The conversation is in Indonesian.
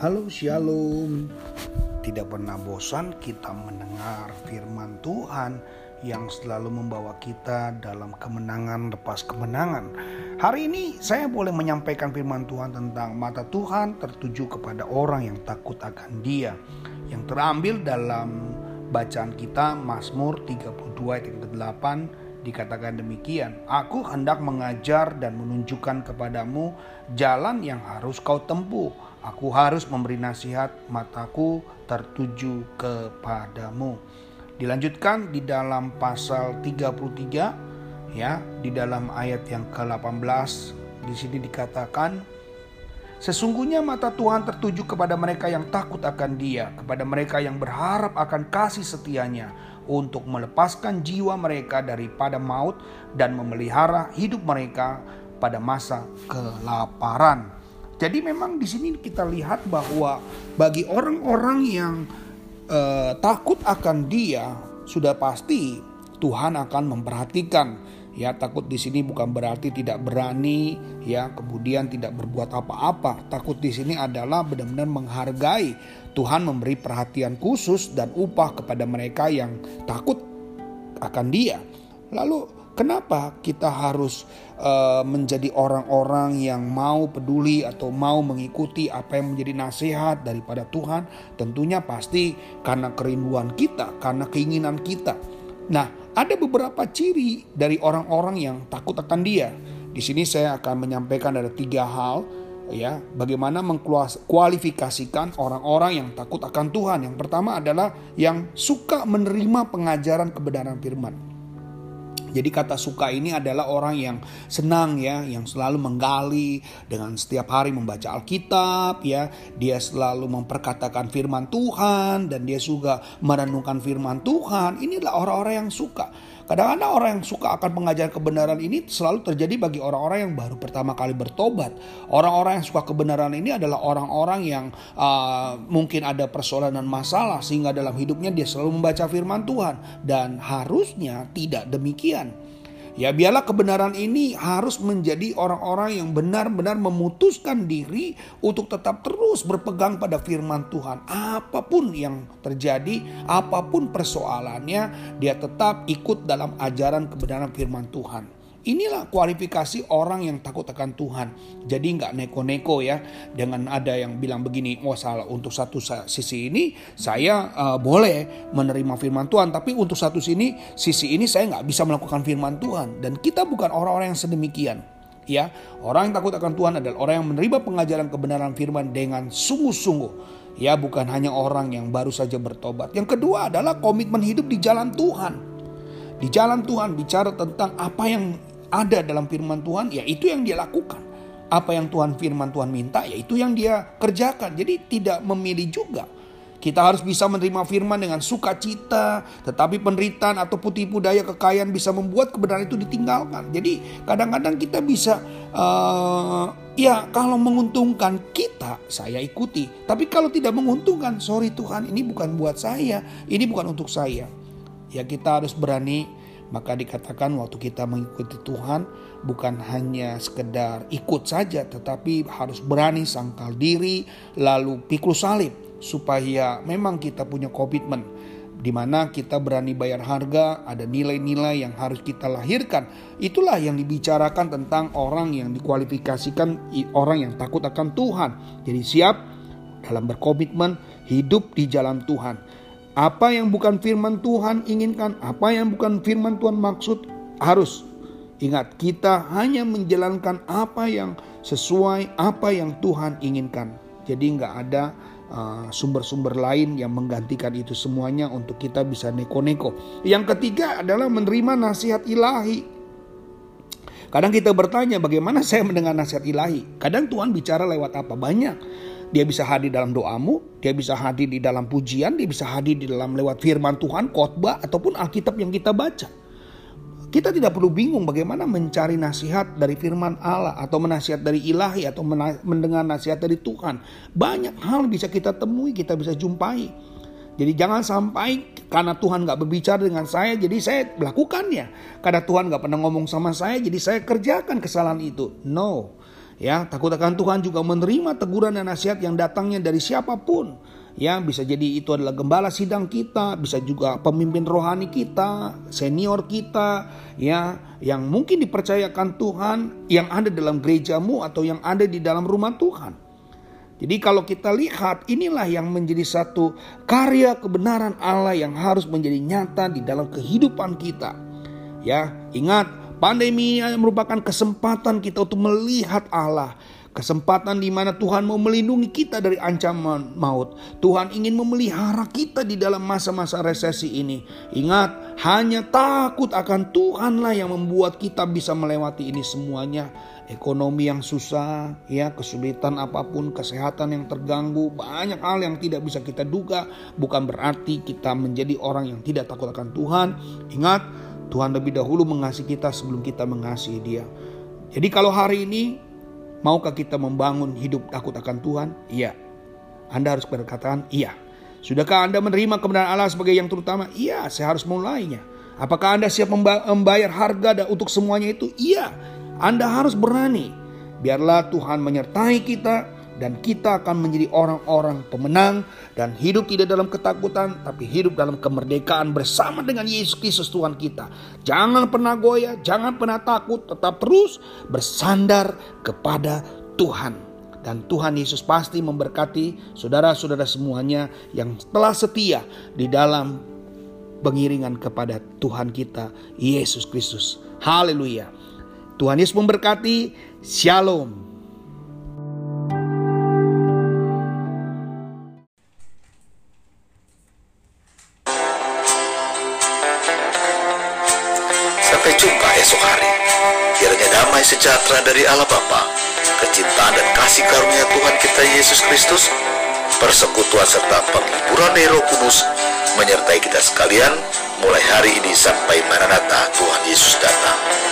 Halo Shalom. Tidak pernah bosan kita mendengar firman Tuhan yang selalu membawa kita dalam kemenangan lepas kemenangan. Hari ini saya boleh menyampaikan firman Tuhan tentang mata Tuhan tertuju kepada orang yang takut akan Dia, yang terambil dalam bacaan kita Mazmur 32 ayat 8. Dikatakan demikian, aku hendak mengajar dan menunjukkan kepadamu jalan yang harus kau tempuh. Aku harus memberi nasihat, mataku tertuju kepadamu. Dilanjutkan di dalam pasal 33 ya, di dalam ayat yang ke-18 di sini dikatakan, sesungguhnya mata Tuhan tertuju kepada mereka yang takut akan Dia, kepada mereka yang berharap akan kasih setianya, untuk melepaskan jiwa mereka daripada maut dan memelihara hidup mereka pada masa kelaparan. Jadi memang di sini kita lihat bahwa bagi orang-orang yang takut akan Dia, sudah pasti Tuhan akan memperhatikan. Ya, takut di sini bukan berarti tidak berani, ya, kemudian tidak berbuat apa-apa. Takut di sini adalah benar-benar menghargai. Tuhan memberi perhatian khusus dan upah kepada mereka yang takut akan Dia. Lalu kenapa kita harus menjadi orang-orang yang mau peduli atau mau mengikuti apa yang menjadi nasihat daripada Tuhan? Tentunya pasti karena kerinduan kita, karena keinginan kita. Nah, ada beberapa ciri dari orang-orang yang takut akan Dia. Di sini saya akan menyampaikan ada 3 hal, ya, bagaimana mengkualifikasikan orang-orang yang takut akan Tuhan. Yang pertama adalah yang suka menerima pengajaran kebenaran firman. Jadi kata suka ini adalah orang yang senang, ya, yang selalu menggali dengan setiap hari membaca Alkitab, ya. Dia selalu memperkatakan firman Tuhan dan dia juga merenungkan firman Tuhan. Ini adalah orang-orang yang suka. Kadang-kadang orang yang suka akan pengajaran kebenaran ini selalu terjadi bagi orang-orang yang baru pertama kali bertobat. Orang-orang yang suka kebenaran ini adalah orang-orang yang mungkin ada persoalan dan masalah, sehingga dalam hidupnya dia selalu membaca firman Tuhan. Dan harusnya tidak demikian. Ya, biarlah kebenaran ini harus menjadi orang-orang yang benar-benar memutuskan diri untuk tetap terus berpegang pada firman Tuhan. Apapun yang terjadi, apapun persoalannya, dia tetap ikut dalam ajaran kebenaran firman Tuhan. Inilah kualifikasi orang yang takut akan Tuhan. Jadi gak neko-neko, ya, dengan ada yang bilang begini, oh salah, untuk satu sisi ini saya boleh menerima firman Tuhan, tapi untuk satu sisi ini saya gak bisa melakukan firman Tuhan. Dan kita bukan orang-orang yang sedemikian, ya. Orang yang takut akan Tuhan adalah orang yang menerima pengajaran kebenaran firman dengan sungguh-sungguh, ya, bukan hanya orang yang baru saja bertobat. Yang kedua adalah komitmen hidup di jalan Tuhan. Di jalan Tuhan bicara tentang apa yang ada dalam firman Tuhan, ya itu yang dia lakukan. Apa yang firman Tuhan minta, ya itu yang dia kerjakan. Jadi tidak memilih juga. Kita harus bisa menerima firman dengan sukacita, tetapi penderitaan atau tipu daya kekayaan bisa membuat kebenaran itu ditinggalkan. Jadi kadang-kadang kita bisa ya, kalau menguntungkan kita, saya ikuti. Tapi kalau tidak menguntungkan, sorry Tuhan, ini bukan buat saya, ini bukan untuk saya. Ya, kita harus berani. Maka dikatakan waktu kita mengikuti Tuhan, bukan hanya sekedar ikut saja, tetapi harus berani sangkal diri, lalu pikul salib, supaya memang kita punya komitmen, di mana kita berani bayar harga. Ada nilai-nilai yang harus kita lahirkan. Itulah yang dibicarakan tentang orang yang dikualifikasikan orang yang takut akan Tuhan. Jadi siap dalam berkomitmen hidup di jalan Tuhan. Apa yang bukan firman Tuhan inginkan, apa yang bukan firman Tuhan maksud, harus ingat, kita hanya menjalankan apa yang sesuai apa yang Tuhan inginkan. Jadi nggak ada sumber-sumber lain yang menggantikan itu semuanya untuk kita bisa neko-neko. Yang ketiga adalah menerima nasihat ilahi. Kadang kita bertanya, bagaimana saya mendengar nasihat ilahi? Kadang Tuhan bicara lewat apa? Banyak. Dia bisa hadir dalam doamu, dia bisa hadir di dalam pujian, dia bisa hadir di dalam lewat firman Tuhan, khotbah, ataupun Alkitab yang kita baca. Kita tidak perlu bingung bagaimana mencari nasihat dari firman Allah, atau menasihat dari ilahi, atau mendengar nasihat dari Tuhan. Banyak hal bisa kita temui, kita bisa jumpai. Jadi jangan sampai karena Tuhan gak berbicara dengan saya, jadi saya melakukannya. Karena Tuhan gak pernah ngomong sama saya, jadi saya kerjakan kesalahan itu. No. Ya, takut akan Tuhan juga menerima teguran dan nasihat yang datangnya dari siapapun. Ya, bisa jadi itu adalah gembala sidang kita, bisa juga pemimpin rohani kita, senior kita, ya, yang mungkin dipercayakan Tuhan, yang ada dalam gerejamu atau yang ada di dalam rumah Tuhan. Jadi kalau kita lihat, inilah yang menjadi satu karya kebenaran Allah yang harus menjadi nyata di dalam kehidupan kita. Ya, ingat, pandemi ini merupakan kesempatan kita untuk melihat Allah. Kesempatan di mana Tuhan mau melindungi kita dari ancaman maut. Tuhan ingin memelihara kita di dalam masa-masa resesi ini. Ingat, hanya takut akan Tuhanlah yang membuat kita bisa melewati ini semuanya. Ekonomi yang susah, ya, kesulitan apapun, kesehatan yang terganggu, banyak hal yang tidak bisa kita duga. Bukan berarti kita menjadi orang yang tidak takut akan Tuhan. Ingat, Tuhan lebih dahulu mengasihi kita sebelum kita mengasihi Dia. Jadi kalau hari ini, maukah kita membangun hidup takut akan Tuhan? Iya. Anda harus berkatakan iya. Sudahkah Anda menerima kebenaran Allah sebagai yang terutama? Iya, saya harus mulainya. Apakah Anda siap membayar harga untuk semuanya itu? Iya. Anda harus berani. Biarlah Tuhan menyertai kita dan kita akan menjadi orang-orang pemenang dan hidup tidak dalam ketakutan, tapi hidup dalam kemerdekaan bersama dengan Yesus Kristus Tuhan kita. Jangan pernah goyah, jangan pernah takut, tetap terus bersandar kepada Tuhan. Dan Tuhan Yesus pasti memberkati saudara-saudara semuanya yang telah setia di dalam pengiringan kepada Tuhan kita Yesus Kristus. Haleluya. Tuhan Yesus memberkati. Shalom. Sampai jumpa esok hari. Kiranya damai sejahtera dari Allah Bapa, kecintaan dan kasih karunia Tuhan kita Yesus Kristus, persekutuan serta penghiburan Roh Kudus menyertai kita sekalian mulai hari ini sampai Maranatha Tuhan Yesus datang.